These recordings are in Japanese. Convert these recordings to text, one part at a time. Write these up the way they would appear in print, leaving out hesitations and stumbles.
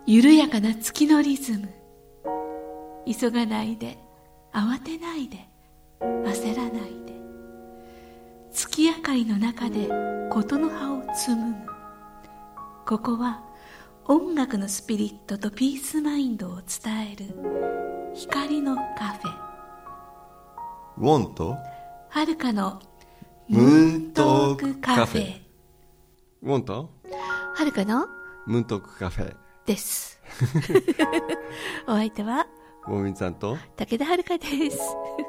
緩やかな月のリズム。急がないで、慌てないで、焦らないで、月明かりの中でことの葉を紡ぐ。ここは音楽のスピリットとピースマインドを伝える光のカフェ。 ウォンとはるかのムーントークカフェ。ウォンとはるかのムーントークカフェですお相手はウォンミンさんと武田はるかです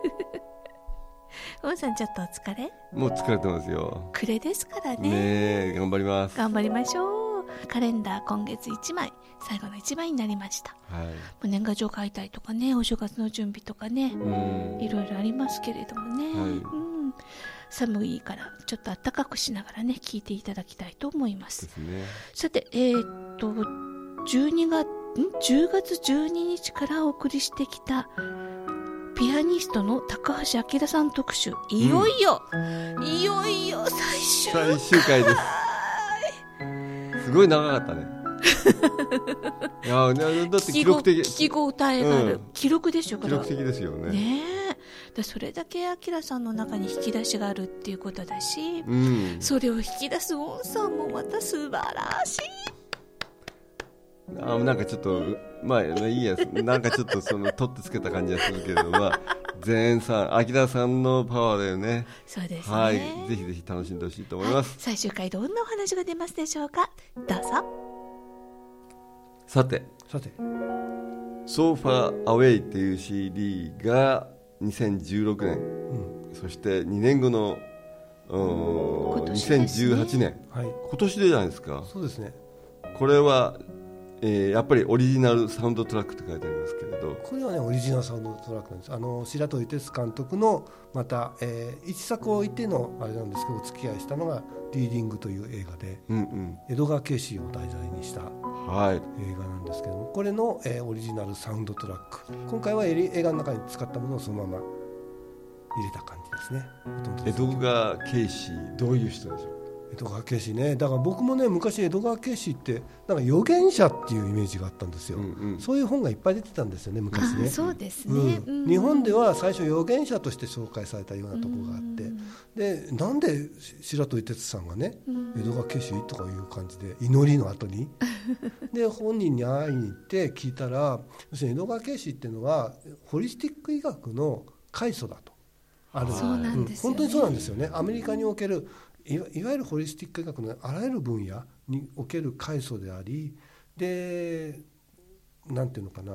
ウォンさん、ちょっとお疲れ？ もう疲れてますよ。 暮れですからね。 ねえ、頑張ります。 頑張りましょう。カレンダー今月1枚、最後の1枚になりました。 はい、 年賀状書いたりとかね、お正月の準備とかね、いろいろありますけれどもね、寒いからちょっと暖かくしながらね、聞いていただきたいと思います。 ですね。 さて、10月12日からお送りしてきたピアニストの高橋明さん特集、いよいよ最終回です。すごい長かったねいやだって記録的、 聞き応えがある、記録でしょ。 記録的ですよね。 ねえ、それだけ明さんの中に引き出しがあるっていうことだし、それを引き出すウォンさんもまた素晴らしい。 なんかちょっとまあいいや、なんかちょっとその取ってつけた感じがするけれども前さん、明さんのパワーだよね。 そうですね。 はい、ぜひぜひ楽しんでほしいと思います。 最終回どんなお話が出ますでしょうか。どうぞ。 さて So Far Away っていう CD が2016年、そして2年後の2018年、今年でじゃないですか。 そうですね。 これはやっぱりオリジナルサウンドトラックって書いてありますけれど、 これはねオリジナルサウンドトラックなんです。白鳥哲監督のまた、一作置いてのあれなんですけど、お付き合いしたのがリーディングという映画で、江戸川慶子を題材にした映画なんですけども、これの、オリジナルサウンドトラック、今回は映画の中に使ったものをそのまま入れた感じですね。 江戸川慶子、どういう人でしょう。 江戸川慶子ね、だから僕もね、昔江戸川慶子ってなんか預言者っていうイメージがあったんですよ、そういう本がいっぱい出てたんですよね、昔ね。 そうですね、 日本では最初預言者として紹介されたようなところがあって、でなんで白鳥哲さんがね、江戸川慶子とかいう感じで祈りの後にで本人に会いに行って聞いたら、要するに江戸川慶子っていうのはホリスティック医学の開祖だと。 そうなんですよね。 本当にそうなんですよね。アメリカにおけるいわゆるホリスティック医学のあらゆる分野における開祖であり、でなんていうのかな、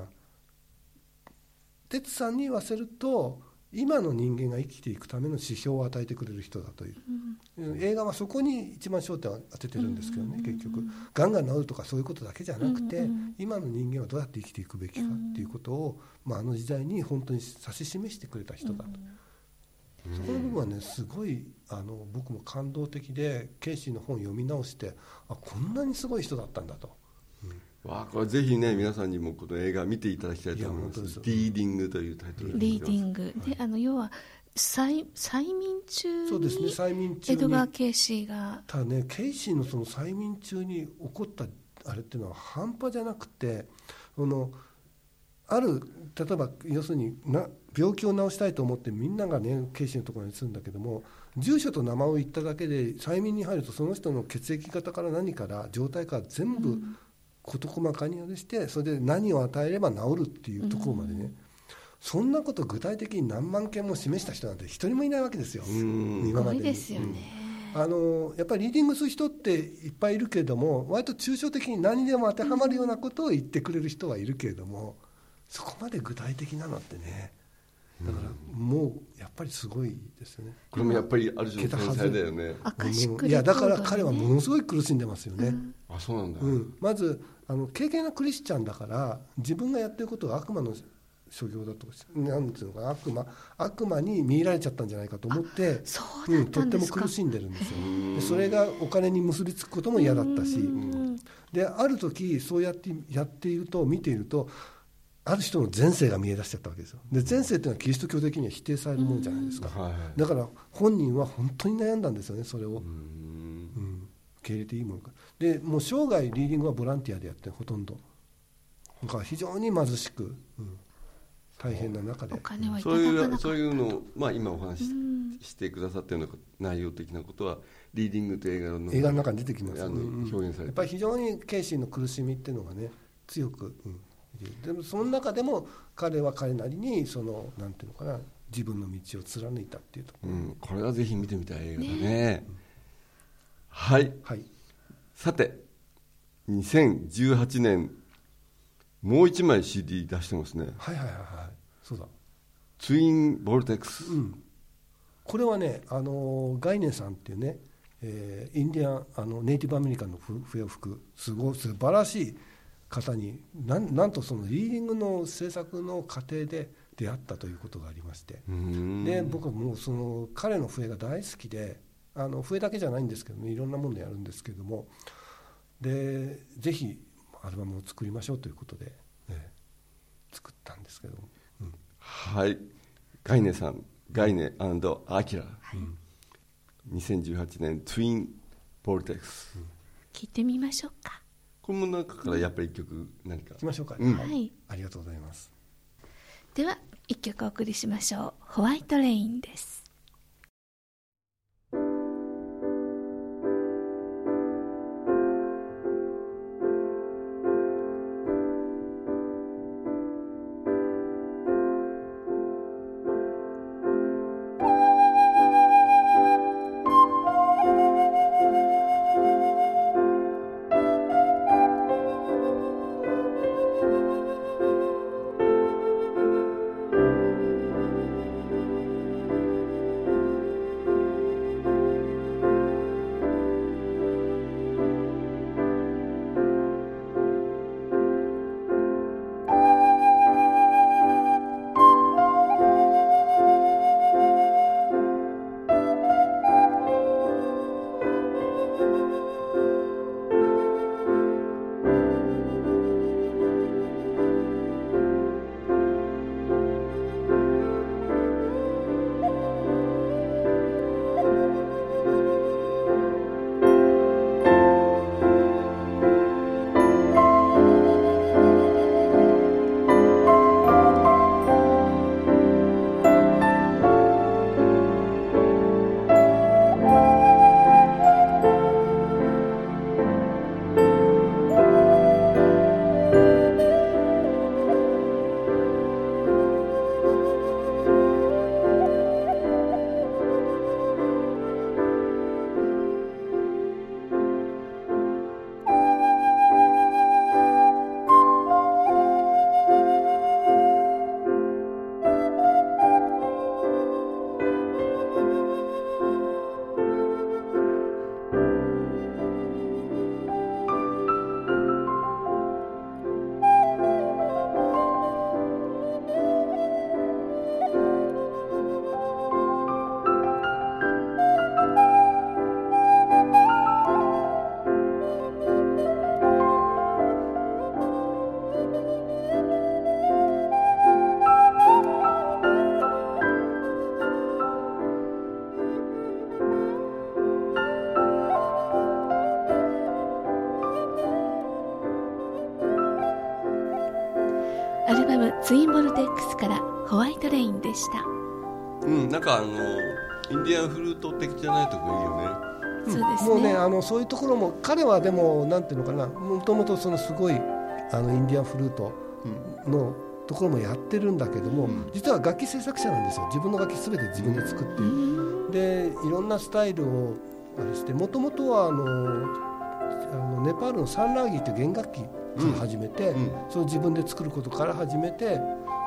哲さんに言わせると今の人間が生きていくための指標を与えてくれる人だという、映画はそこに一番焦点を当ててるんですけどね。結局がんが治るとかそういうことだけじゃなくて、今の人間はどうやって生きていくべきかっていうことを、あの時代に本当に指し示してくれた人だと、そこの部分はね、すごい僕も感動的で、ケイシーの本を読み直して、こんなにすごい人だったんだと、 これぜひね、皆さんにもこの映画見ていただきたいと思います。リーディングというタイトルで。 リーディングで、要は催眠中に、 そうですね、催眠中に江戸川慶子が、 ただね、ケイシーのその催眠中に起こったあれっていうのは半端じゃなくて、ある例えば要するに病気を治したいと思ってみんながねケイシーのところに住んだけども、住所と名前を言っただけで催眠に入ると、その人の血液型から何から状態から全部事細かにして、それで何を与えれば治るっていうところまでね、そんなことを具体的に何万件も示した人なんて一人もいないわけですよ、今までに。すごいですよね。 やっぱりリーディングする人っていっぱいいるけれども、割と抽象的に何にでも当てはまるようなことを言ってくれる人はいるけれども、そこまで具体的なのってね、だからもうやっぱりすごいですよね。 これもやっぱりある種の天才だよね。 いやだから彼はものすごい苦しんでますよね、 あ、そうなんだ、 まず敬虔なクリスチャンだから、自分がやってることが悪魔の所業だと、なんていうのかな、悪魔に見入られちゃったんじゃないかと思って、とっても苦しんでるんですよ。でそれがお金に結びつくことも嫌だったし、である時そうやっていると、見ていると、ある人の前世が見え出しちゃったわけですよ。で前世っていうのはキリスト教的には否定されるものじゃないですか、だから本人は本当に悩んだんですよね、それを、受け入れていいものか。でもう生涯リーディングはボランティアでやってほとんどだから非常に貧しく、大変な中でお金はいただかなかった。 そういうのを、今お話ししてくださったような内容的なことはリーディングと映画の中に出てきます、 表現されて、 やっぱり非常にケイシーの苦しみっていうのがね強く、でもその中でも彼は彼なりになんていうのかな、自分の道を貫いたっていうところ、 これはぜひ見てみたい映画だね。はい、さて2018年もう一枚 CD 出してますね。そうだ、ツインボルテックス、 これはね、ガイネさんっていうね、インディアンネイティブアメリカンの笛を吹く素晴らしい方になんとそのリーディングの制作の過程で出会ったということがありまして、で僕はもう彼の笛が大好きで、笛だけじゃないんですけどね、いろんなものやるんですけれども、でぜひアルバムを作りましょうということで、作ったんですけど、 はい、ガイネさん、ガイネ&アキラ、2018年ツインボルテックス、 聞いてみましょうか。 この中からやっぱり一曲何かいきましょうか、ありがとうございます。 では一曲お送りしましょう。ホワイトレインです。アルバムツインボルテックスからホワイトレインでした。 なんかインディアンフルート的じゃないとこいいよね。 そうですね。 もうねそういうところも彼はでもなんていうのかな、もともとすごいインディアンフルートのところもやってるんだけども、実は楽器制作者なんですよ。自分の楽器すべて自分で作っている。でいろんなスタイルをあれして、もともとはネパールのサンラーギーという弦楽器から始めて、それを自分で作ることから始めて、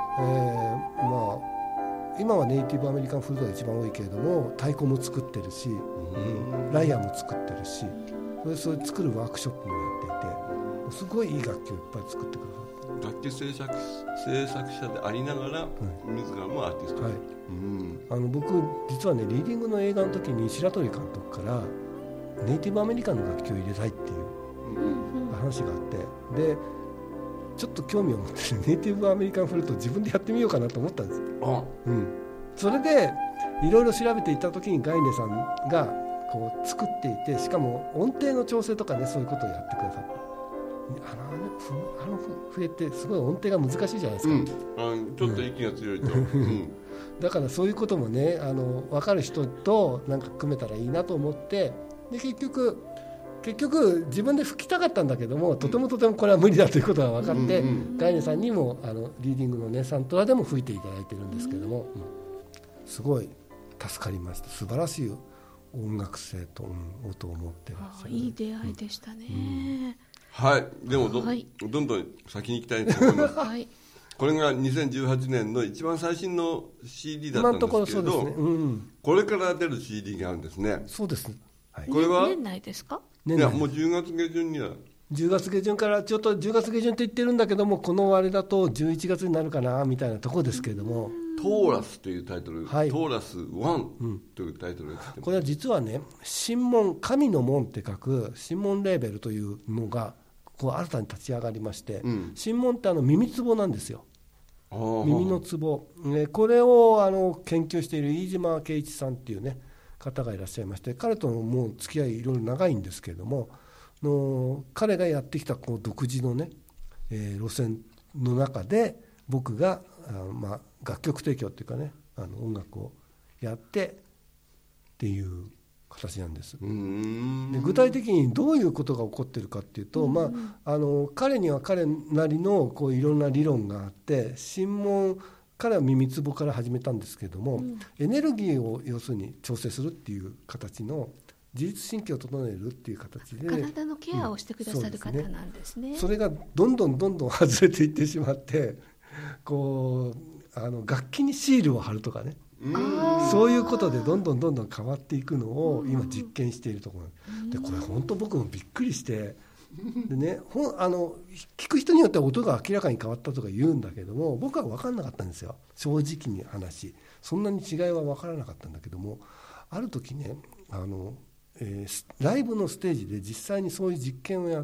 今はネイティブアメリカンフルートが一番多いけれども、太鼓も作ってるし、ライアーも作ってるし、それ作るワークショップもやっていて、すごいいい楽器をいっぱい作ってくださって、 楽器制作者でありながら、自らもアーティスト、 僕実はね、リーディングの映画の時に白鳥監督からネイティブアメリカンの楽器を入れたいっていう話があって、でちょっと興味を持ってネイティブアメリカンフルートを自分でやってみようかなと思ったんですよ。それでいろいろ調べていった時にガイネさんがこう作っていて、しかも音程の調整とかね、そういうことをやってくださって、 笛ってすごい音程が難しいじゃないですか、 ちょっと息が強いと、 だからそういうこともね分かる人となんか組めたらいいなと思って、で結局自分で吹きたかったんだけども、とてもこれは無理だということが分かって、ガイネさんにもリーディングのねサントラでも吹いていただいてるんですけども、すごい助かりました。素晴らしい音楽性と、音を持ってらっしゃる。 いい出会いでしたね。 はい、でも どんどん先に行きたいと思います、はい、これが2018年の一番最新の CD だったんですけれど、そうですね、これから出る CD があるんですね。 そうですね、はい、 これは年内ですか？ いやもう10月下旬には 10月下旬からちょっと10月下旬と言ってるんだけども、このあれだと11月になるかなみたいなところですけれども、 トーラスというタイトル、はい、トーラス1というタイトルです、 これは実はね、神門、神の門って書く神門レーベルというのがこう新たに立ち上がりまして、神門って耳壺なんですよ。耳の壺、これを研究している飯島圭一さんっていうね方がいらっしゃいまして、彼ともう付き合いいろいろ長いんですけれども、彼がやってきたこう独自のね、路線の中で僕が楽曲提供っていうかね、音楽をやってっていう形なんです。で具体的にどういうことが起こっているかっていうと、彼には彼なりのこういろんな理論があって、神門、彼は耳壺から始めたんですけれども、エネルギーを要するに調整するっていう形の自律神経を整えるっていう形で体のケアをしてくださる方なんですね。 それがどんどん外れていってしまって、こう楽器にシールを貼るとかね、そういうことでどんどん変わっていくのを今実験しているところで、これ本当僕もびっくりして、でね、聞く人によっては音が明らかに変わったとか言うんだけども、僕は分からなかったんですよ、正直に話。そんなに違いは分からなかったんだけども、ある時ねライブのステージで実際にそういう実験をやって、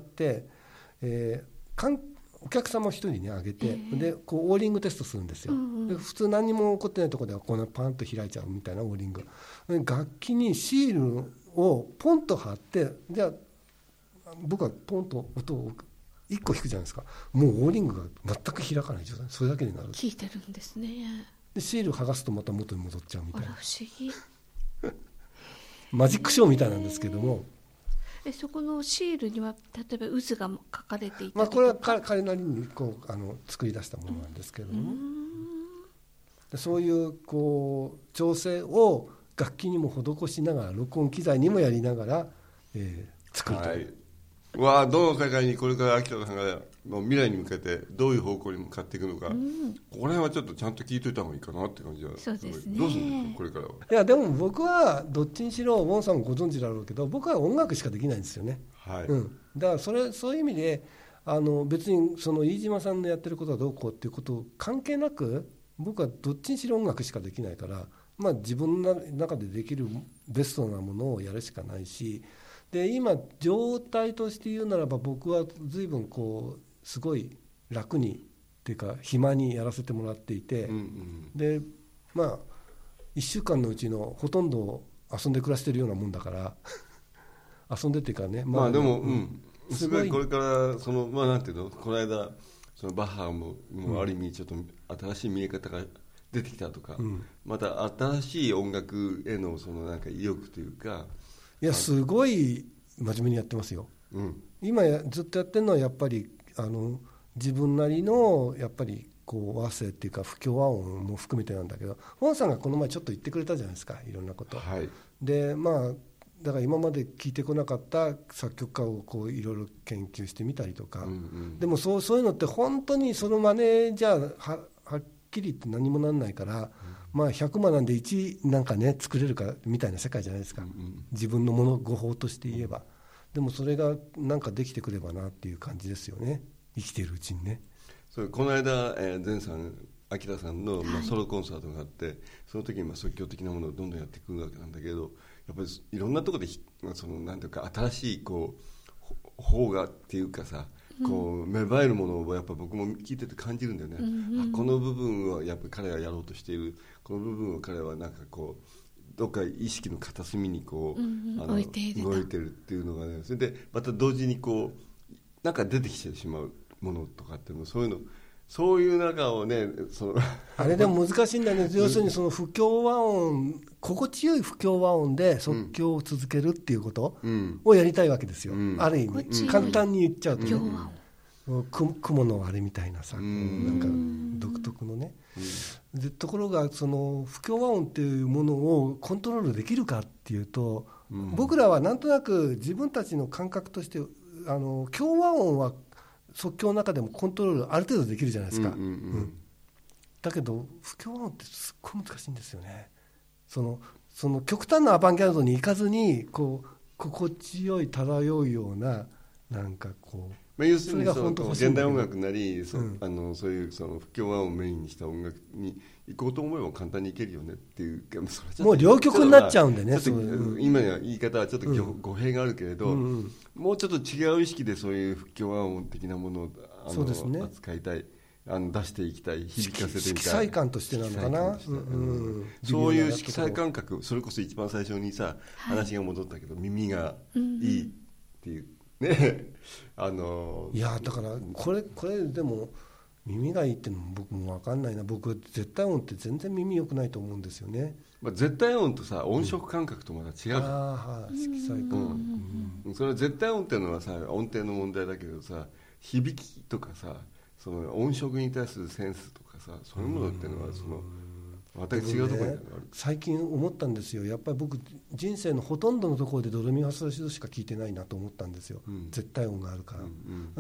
お客様一人にあげて、でこうオーリングテストするんですよ、で普通何にも起こってないところではこのパンと開いちゃうみたいなオーリング、楽器にシールをポンと貼って、じゃあ僕はポンと音を1個弾くじゃないですか、もうオーリングが全く開かない状態、それだけになる。 効いてるんですね。 でシール剥がすとまた元に戻っちゃうみたいな、 不思議マジックショーみたいなんですけども、 そこのシールには例えば渦が書かれていたりとか、 これは彼なりにこう作り出したものなんですけれども、でそういうこう調整を楽器にも施しながら、録音機材にもやりながら、作るという、 どの世界にこれから秋田さんがの未来に向けてどういう方向に向かっていくのか、この辺はちょっとちゃんと聞いといた方がいいかなって感じは。 そうですね。 どうするんですかこれからは。 いやでも僕はどっちにしろ、ウォンさんもご存知だろうけど、僕は音楽しかできないんですよね、だからそういう意味で別にその飯島さんのやってることはどうこうっていうこと関係なく、僕はどっちにしろ音楽しかできないから、自分の中でできるベストなものをやるしかないし、で今状態として言うならば、僕は随分こうすごい楽にっていうか暇にやらせてもらっていて、で1週間のうちのほとんどを遊んで暮らしてるようなもんだから遊んでっていうかね、 でも、すごいこれからなんていうの、この間そのバッハもある意味ちょっと新しい見え方が出てきたとか、また新しい音楽へのなんか意欲というか、 いやすごい真面目にやってますよ、今ずっとやってるのはやっぱり自分なりのやっぱりこう和声っていうか不協和音も含めてなんだけど、フォンさんがこの前ちょっと言ってくれたじゃないですか、いろんなこと、でだから今まで聞いてこなかった作曲家をこういろいろ研究してみたりとか、でもそういうのって本当にその真似じゃはっきり言って何もなんないから、100万なんで1なんかね作れるかみたいな世界じゃないですか、自分のもの語法として言えば。でもそれがなんかできてくればなっていう感じですよね、生きているうちにね。 この間前さん秋田さんのソロコンサートがあって、その時に即興的なものをどんどんやっていくわけなんだけど、やっぱりいろんなところでなんていうか新しいこう邦画っていうかさ、こう芽生えるものをやっぱ僕も聞いてて感じるんだよね、この部分をやっぱり彼がやろうとしている、この部分を彼はなんかこうどっか意識の片隅にこう、 置いているっていうのがね、それでまた同時にこうなんか出てきてしまうものとかっていうの、そういう中をね、 あれでも難しいんだよね。要するにその不協和音、心地よい不協和音で即興を続けるっていうことをやりたいわけですよ、ある意味、簡単に言っちゃうと、雲のあれみたいなさ、なんか独特のね、でところがその不協和音っていうものをコントロールできるかっていうと、僕らはなんとなく自分たちの感覚として協和音は即興の中でもコントロールある程度できるじゃないですか、だけど不協和音ってすっごい難しいんですよね。その極端なアバンギャルドに行かずにこう心地よい漂うようななんかこう、 要するに現代音楽なりそういうその不協和音をメインにした音楽に行こうと思えば簡単に行けるよねっていう、 もう両極になっちゃうんでね。 今の言い方はちょっと語弊があるけれど、もうちょっと違う意識でそういう不協和音的なものを扱いたい、出していきたい、響かせていきたい、 色彩感としてなのかな、 そういう色彩感覚、それこそ一番最初にさ、話が戻ったけど、耳がいいっていうねいやだからこれでも耳がいいってのも僕も分かんないな。僕絶対音って全然耳良くないと思うんですよね。 絶対音とさ、音色感覚とまた違うじゃん。 色彩感、 それは絶対音っていうのはさ、音程の問題だけどさ、響きとかさ、その音色に対するセンスとかさ、そういうものっていうのはまた違うところにある。 最近思ったんですよ。やっぱり僕人生のほとんどのところでドレミファソラシドしか聴いてないなと思ったんですよ、絶対音があるから、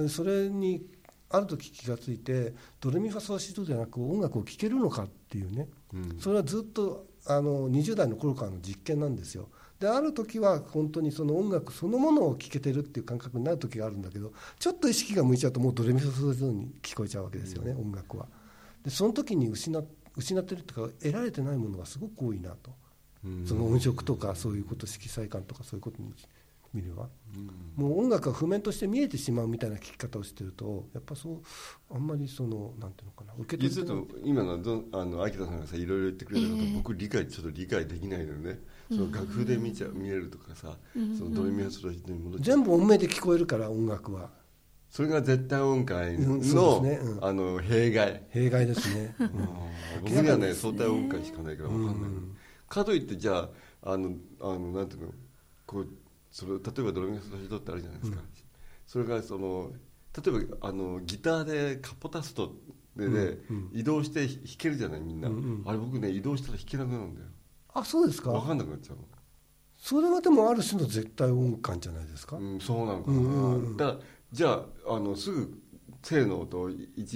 それにある時気がついて、ドレミファソラシドじゃなく音楽を聴けるのかっていうね、それはずっと20代の頃からの実験なんですよ。である時は本当にその音楽そのものを聴けてるっていう感覚になる時があるんだけど、ちょっと意識が向いちゃうともうドレミファソラシドに聞こえちゃうわけですよね、音楽は。でその時に失ってるというか得られてないものがすごく多いなと、その音色とかそういうこと、色彩感とかそういうことに見れば、もう音楽が譜面として見えてしまうみたいな聴き方をしてると、やっぱあんまりなんていうのかな、受け取れない。 実は今の秋田さんがさいろいろ言ってくれたこと、僕ちょっと理解できないのよね。その楽譜で見えるとかさ、そのドレミファソラシドに戻っちゃう、 全部音名で聞こえるから音楽は。 それが絶対音階の、弊害ですね。 僕にはね相対音階しかないから分かんない、かといってじゃあなんていうの、こう例えばドレミファソラシドってあるじゃないですか、それが例えばギターでカポタストで、移動して弾けるじゃないみんな、あれ僕ね移動したら弾けなくなるんだよ。 あ、そうですか。 分かんなくなっちゃう。それはでもある種の絶対音感じゃないですか。 そうなのかな、だからじゃあすぐ正の音を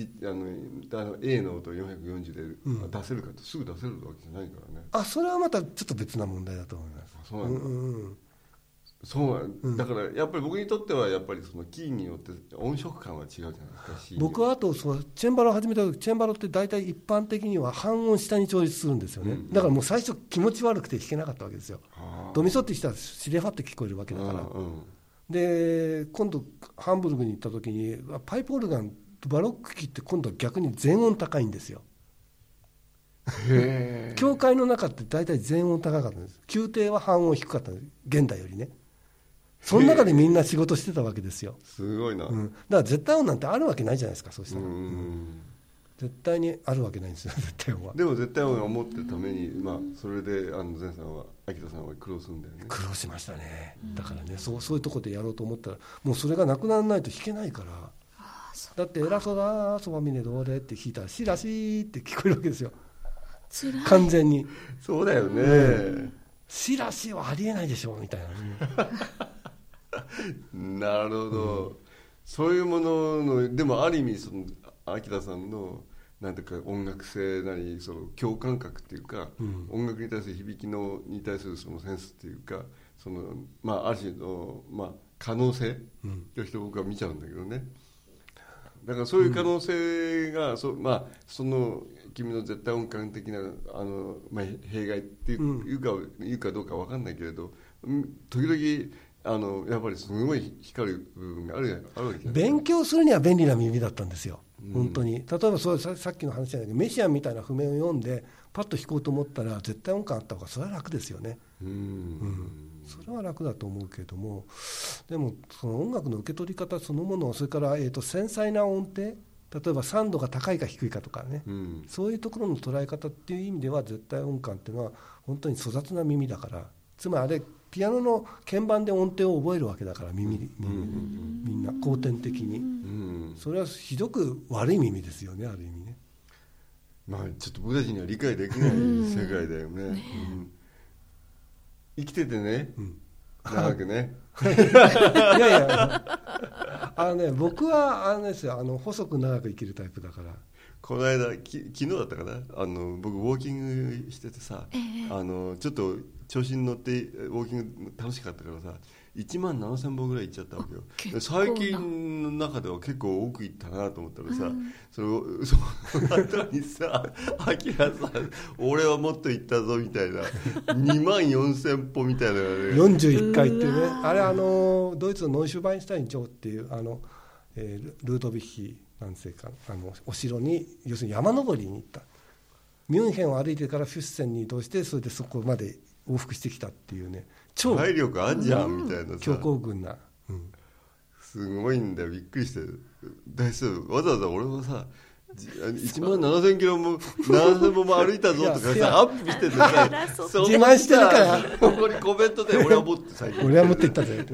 A の音を440で出せるかってすぐ出せるわけじゃないからね。 それはまたちょっと別な問題だと思います。 そうなんだ、だからやっぱり僕にとってはやっぱりそのキーによって音色感は違うじゃないですか。 僕はあとチェンバロを始めた時、チェンバロって大体一般的には半音下に調律するんですよね、だからもう最初気持ち悪くて弾けなかったわけですよ。ドミソってしたらシレファって聞こえるわけだから、で今度ハンブルグに行った時にパイプオルガンとバロック機って今度は逆に全音高いんですよ。教会の中って大体全音高かったんです。宮廷は半音低かったんです、現代よりね。その中でみんな仕事してたわけですよ。 すごいな、 だから絶対音なんてあるわけないじゃないですか。そうしたら絶対にあるわけないんですよ、絶対音は。 でも絶対音を持ってるために、それで前さんは秋田さんは苦労するんだよね。 苦労しましたね。だからね、そういうとこでやろうと思ったらもうそれがなくならないと弾けないから。だってエラソラソバミネドレって弾いたらシラシーって聞こえるわけですよ、完全に。 そうだよね、 シラシはありえないでしょみたいな。なるほど、そういうもののでもある意味秋田さんのなんていうか音楽性なりその共感覚っていうか、音楽に対する響きに対するそのセンスっていうか、ある種の可能性として僕は見ちゃうんだけどね。だからそういう可能性が、その君の絶対音感的な弊害っていうかどうか分かんないけれど、時々やっぱりすごい光る部分があるわけじゃない。 勉強するには便利な耳だったんですよ、本当に。例えばさっきの話じゃないけど、メシアンみたいな譜面を読んでパッと弾こうと思ったら絶対音感あった方がそれは楽ですよね。 それは楽だと思うけれども、でもその音楽の受け取り方そのもの、それから、繊細な音程、例えば3度が高いか低いかとかね、そういうところの捉え方っていう意味では絶対音感っていうのは本当に粗雑な耳だから、つまりあれピアノの鍵盤で音程を覚えるわけだから、みんな後天的に、それはひどく悪い耳ですよね、ある意味ね。 まあちょっと僕たちには理解できない世界だよね。生きててね、長くね。いやいや、僕はですよ、細く長く生きるタイプだから。 この間昨日だったかな、僕ウォーキングしててさ、ちょっと調子に乗ってウォーキング楽しかったからさ、1万7000歩ぐらい行っちゃったわけよ。最近の中では結構多く行ったなと思ったらさ、その後にさ、アキラさん俺はもっと行ったぞみたいな2万4000歩みたいな、ね、 41回っていうね、あれドイツのノイシュバインシュタイン城っていうルートビッヒなんせかお城に、要するに山登りに行った。ミュンヘンを歩いてからフュッセンに移動して、それでそこまで往復してきたっていうね、 超体力あんじゃんみたいなさ、 強行軍な、 すごいんだよ、びっくりしてる。わざわざ俺もさ、1万7000キロも7000歩も歩いたぞとかさ、アップしててさ、 自慢してるからここにコメントで俺は持って最近俺は持っていったぜ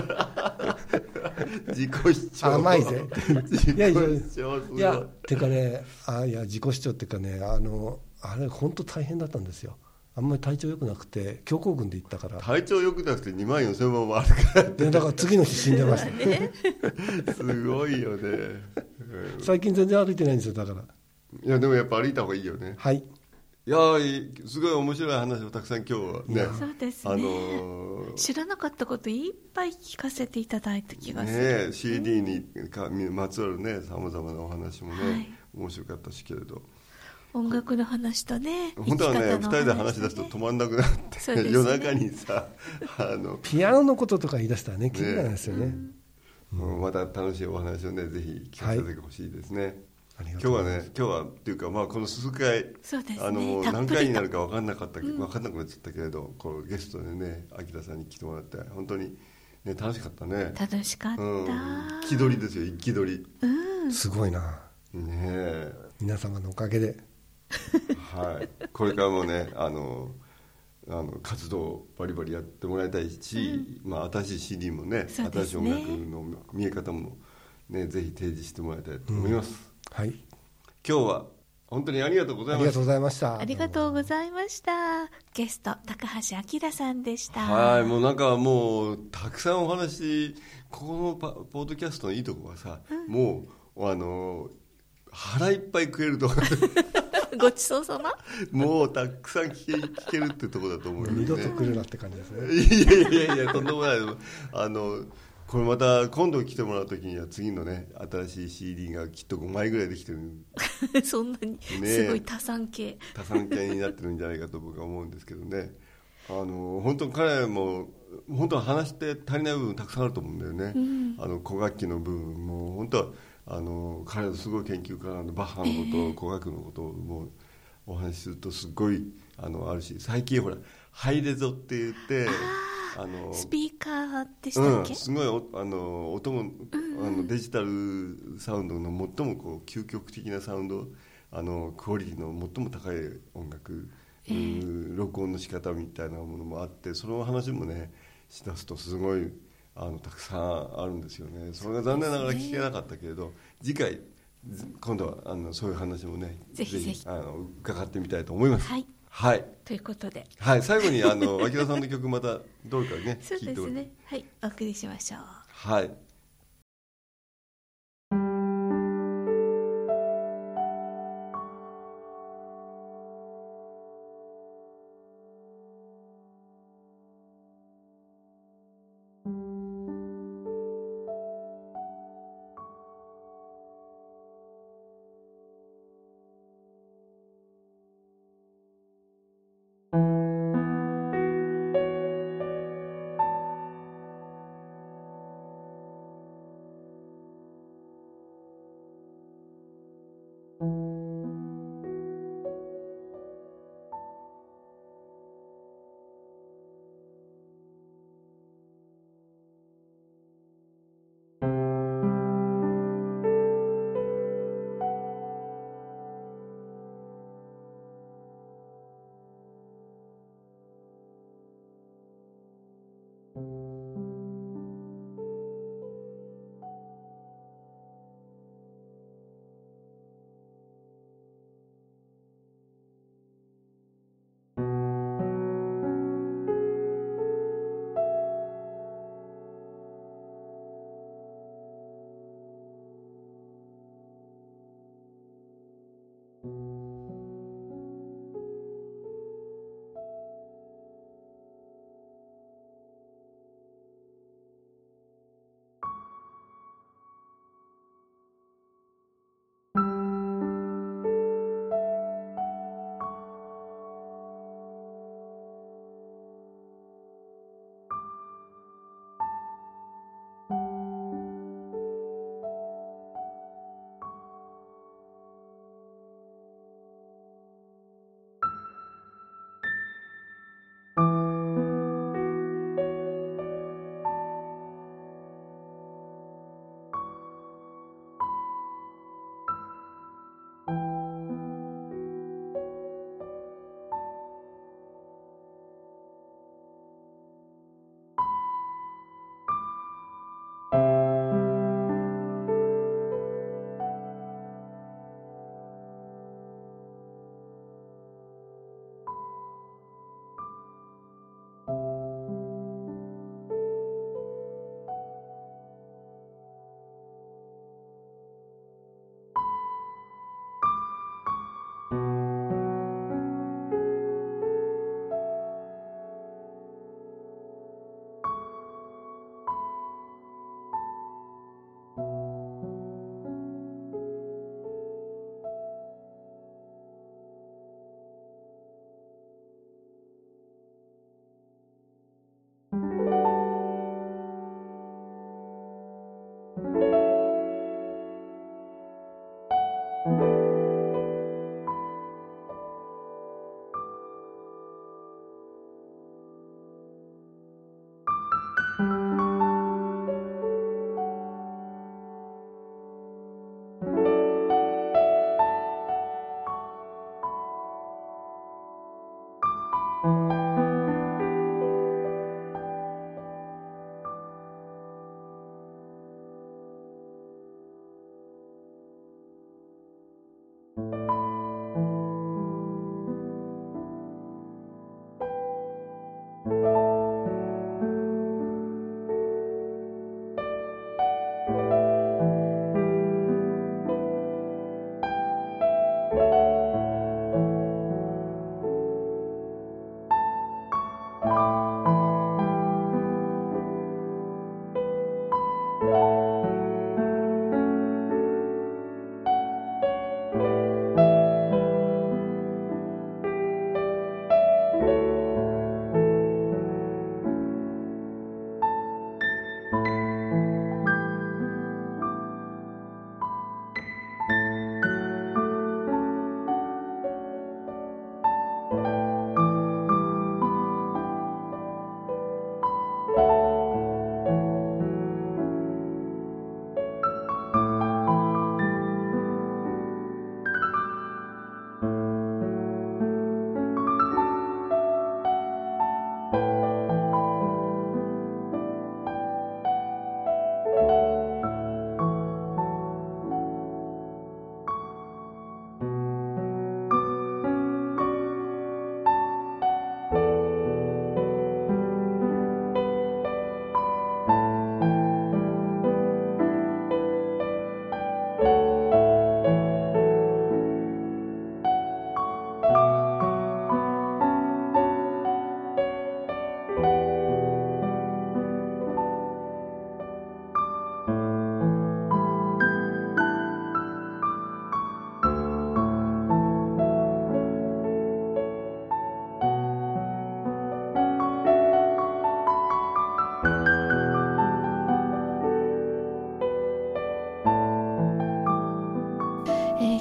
自己主張甘いぜ自己主張、 いやてかね、いや自己主張っていうかね、あれ本当大変だったんですよ。あんまり体調良くなくて強行軍で行ったから。 体調良くなくて2万4000本も歩かない。 だから次の日死んでましたすごいよね。 最近全然歩いてないんですよ。だからいやでもやっぱ歩いた方がいいよね。 はい。 いやすごい面白い話をたくさん今日はね。 そうですね、知らなかったこといっぱい聞かせていただいた気がする、 ね、CD にまつわるねさまざまなお話もね、面白かったしけれど、 音楽の話とね、 本当はね2人で話し出すと止まんなくなって、ね、夜中にさピアノのこととか言い出したらね、気になるんですよね。 また楽しいお話をねぜひ聞かせてほしいですね。今日はっていうか、まあ、この数回、何回になるか分かんなくなっちゃったけれど、このゲストでね秋田さんに来てもらって本当に、ね、楽しかったね。 楽しかった、 気取りですよ、気取り、 すごいな、 ね、 皆様のおかげではい、これからもね活動をバリバリやってもらいたいし、まあ、新しい CD もね、新しい音楽の見え方も、ね、ぜひ提示してもらいたいと思います、はい、今日は本当にありがとうございました。 ありがとうございました。 ありがとうございました。ゲスト高橋明さんでした。 はい、もうなんかもうたくさんお話、ここのポッドキャストのいいとこはさ、もう腹いっぱい食えるとごちそうさまもうたくさん聞けるってとこだと思うよね。 二度と来るなって感じですね。 いやとんでもないこれまた今度来てもらう時には次のね新しい CD がきっと5枚ぐらいできてるそんなにすごい多産系になってるんじゃないかと僕は思うんですけどね。本当に彼も本当は話して足りない部分たくさんあると思うんだよね、古楽器の部分も本当は彼のすごい研究家なんでバッハのこと、古楽のことをもうお話しするとすごいあるし、最近ほらハイレゾって言ってスピーカーでしたっけ、 すごい音もデジタルサウンドの最もこう究極的なサウンド、クオリティの最も高い音楽、録音の仕方みたいなものもあって、その話もねしだすとすごいたくさんあるんですよね。それが残念ながら聞けなかったけれど、次回今度はそういう話もねぜひ伺ってみたいと思います。 はい、 はい、 ということで、 はい、最後に秋田さんの曲またどうかねそうですね、はい、お送りしましょう。 はい。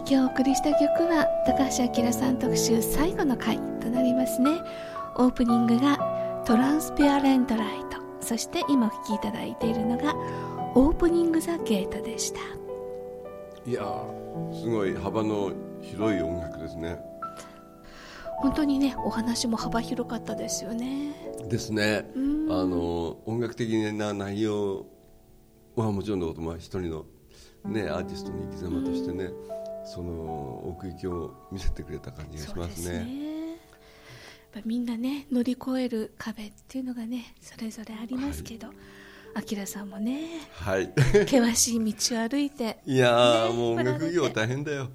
今日お送りした曲は高橋明さん特集最後の回となりますね。オープニングがトランスペアレントライト、そして今お聴きいただいているのがオープニングザゲートでした。 いやすごい幅の広い音楽ですね。 本当にね、お話も幅広かったですよね。 ですね。音楽的な内容はもちろんのこと、一人の、ね、アーティストの生き様としてね、その奥行きを見せてくれた感じがしますね。そうですね。やっぱみんなね、乗り越える壁っていうのがね、それぞれありますけど、明さんもね、 はい、 険しい道を歩いていやー、もう音楽業大変だよ。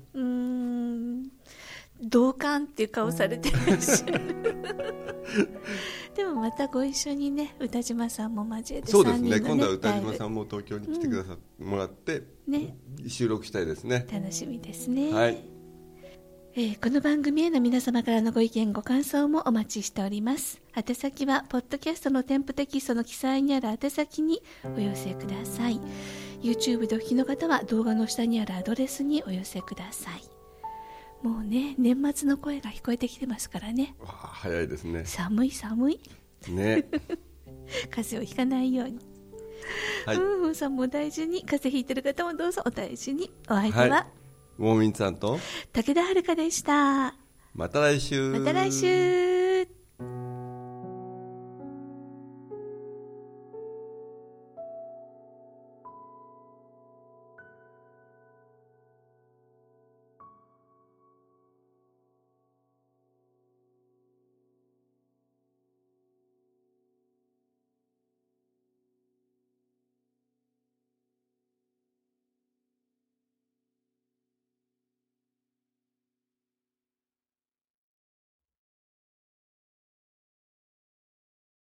同感っていう顔されてらっしゃるでもまたご一緒にね、歌島さんも交えて、 そうですね、今度は歌島さんも東京に来てくださってもらって、 ね、 収録したいですね。 楽しみですね。 はい。 この番組への皆様からのご意見ご感想もお待ちしております。宛先はポッドキャストの添付テキストの記載にある宛先にお寄せください。 YouTube でお聞きの方は動画の下にあるアドレスにお寄せください。もうね、年末の声が聞こえてきてますからね。 わあ、早いですね。 寒い寒いね風邪をひかないように。 はい、 さんも大事に、風邪ひいてる方もどうぞお大事に。お相手は、 ウォーミンさんと武田遥でした。 また来週。 また来週。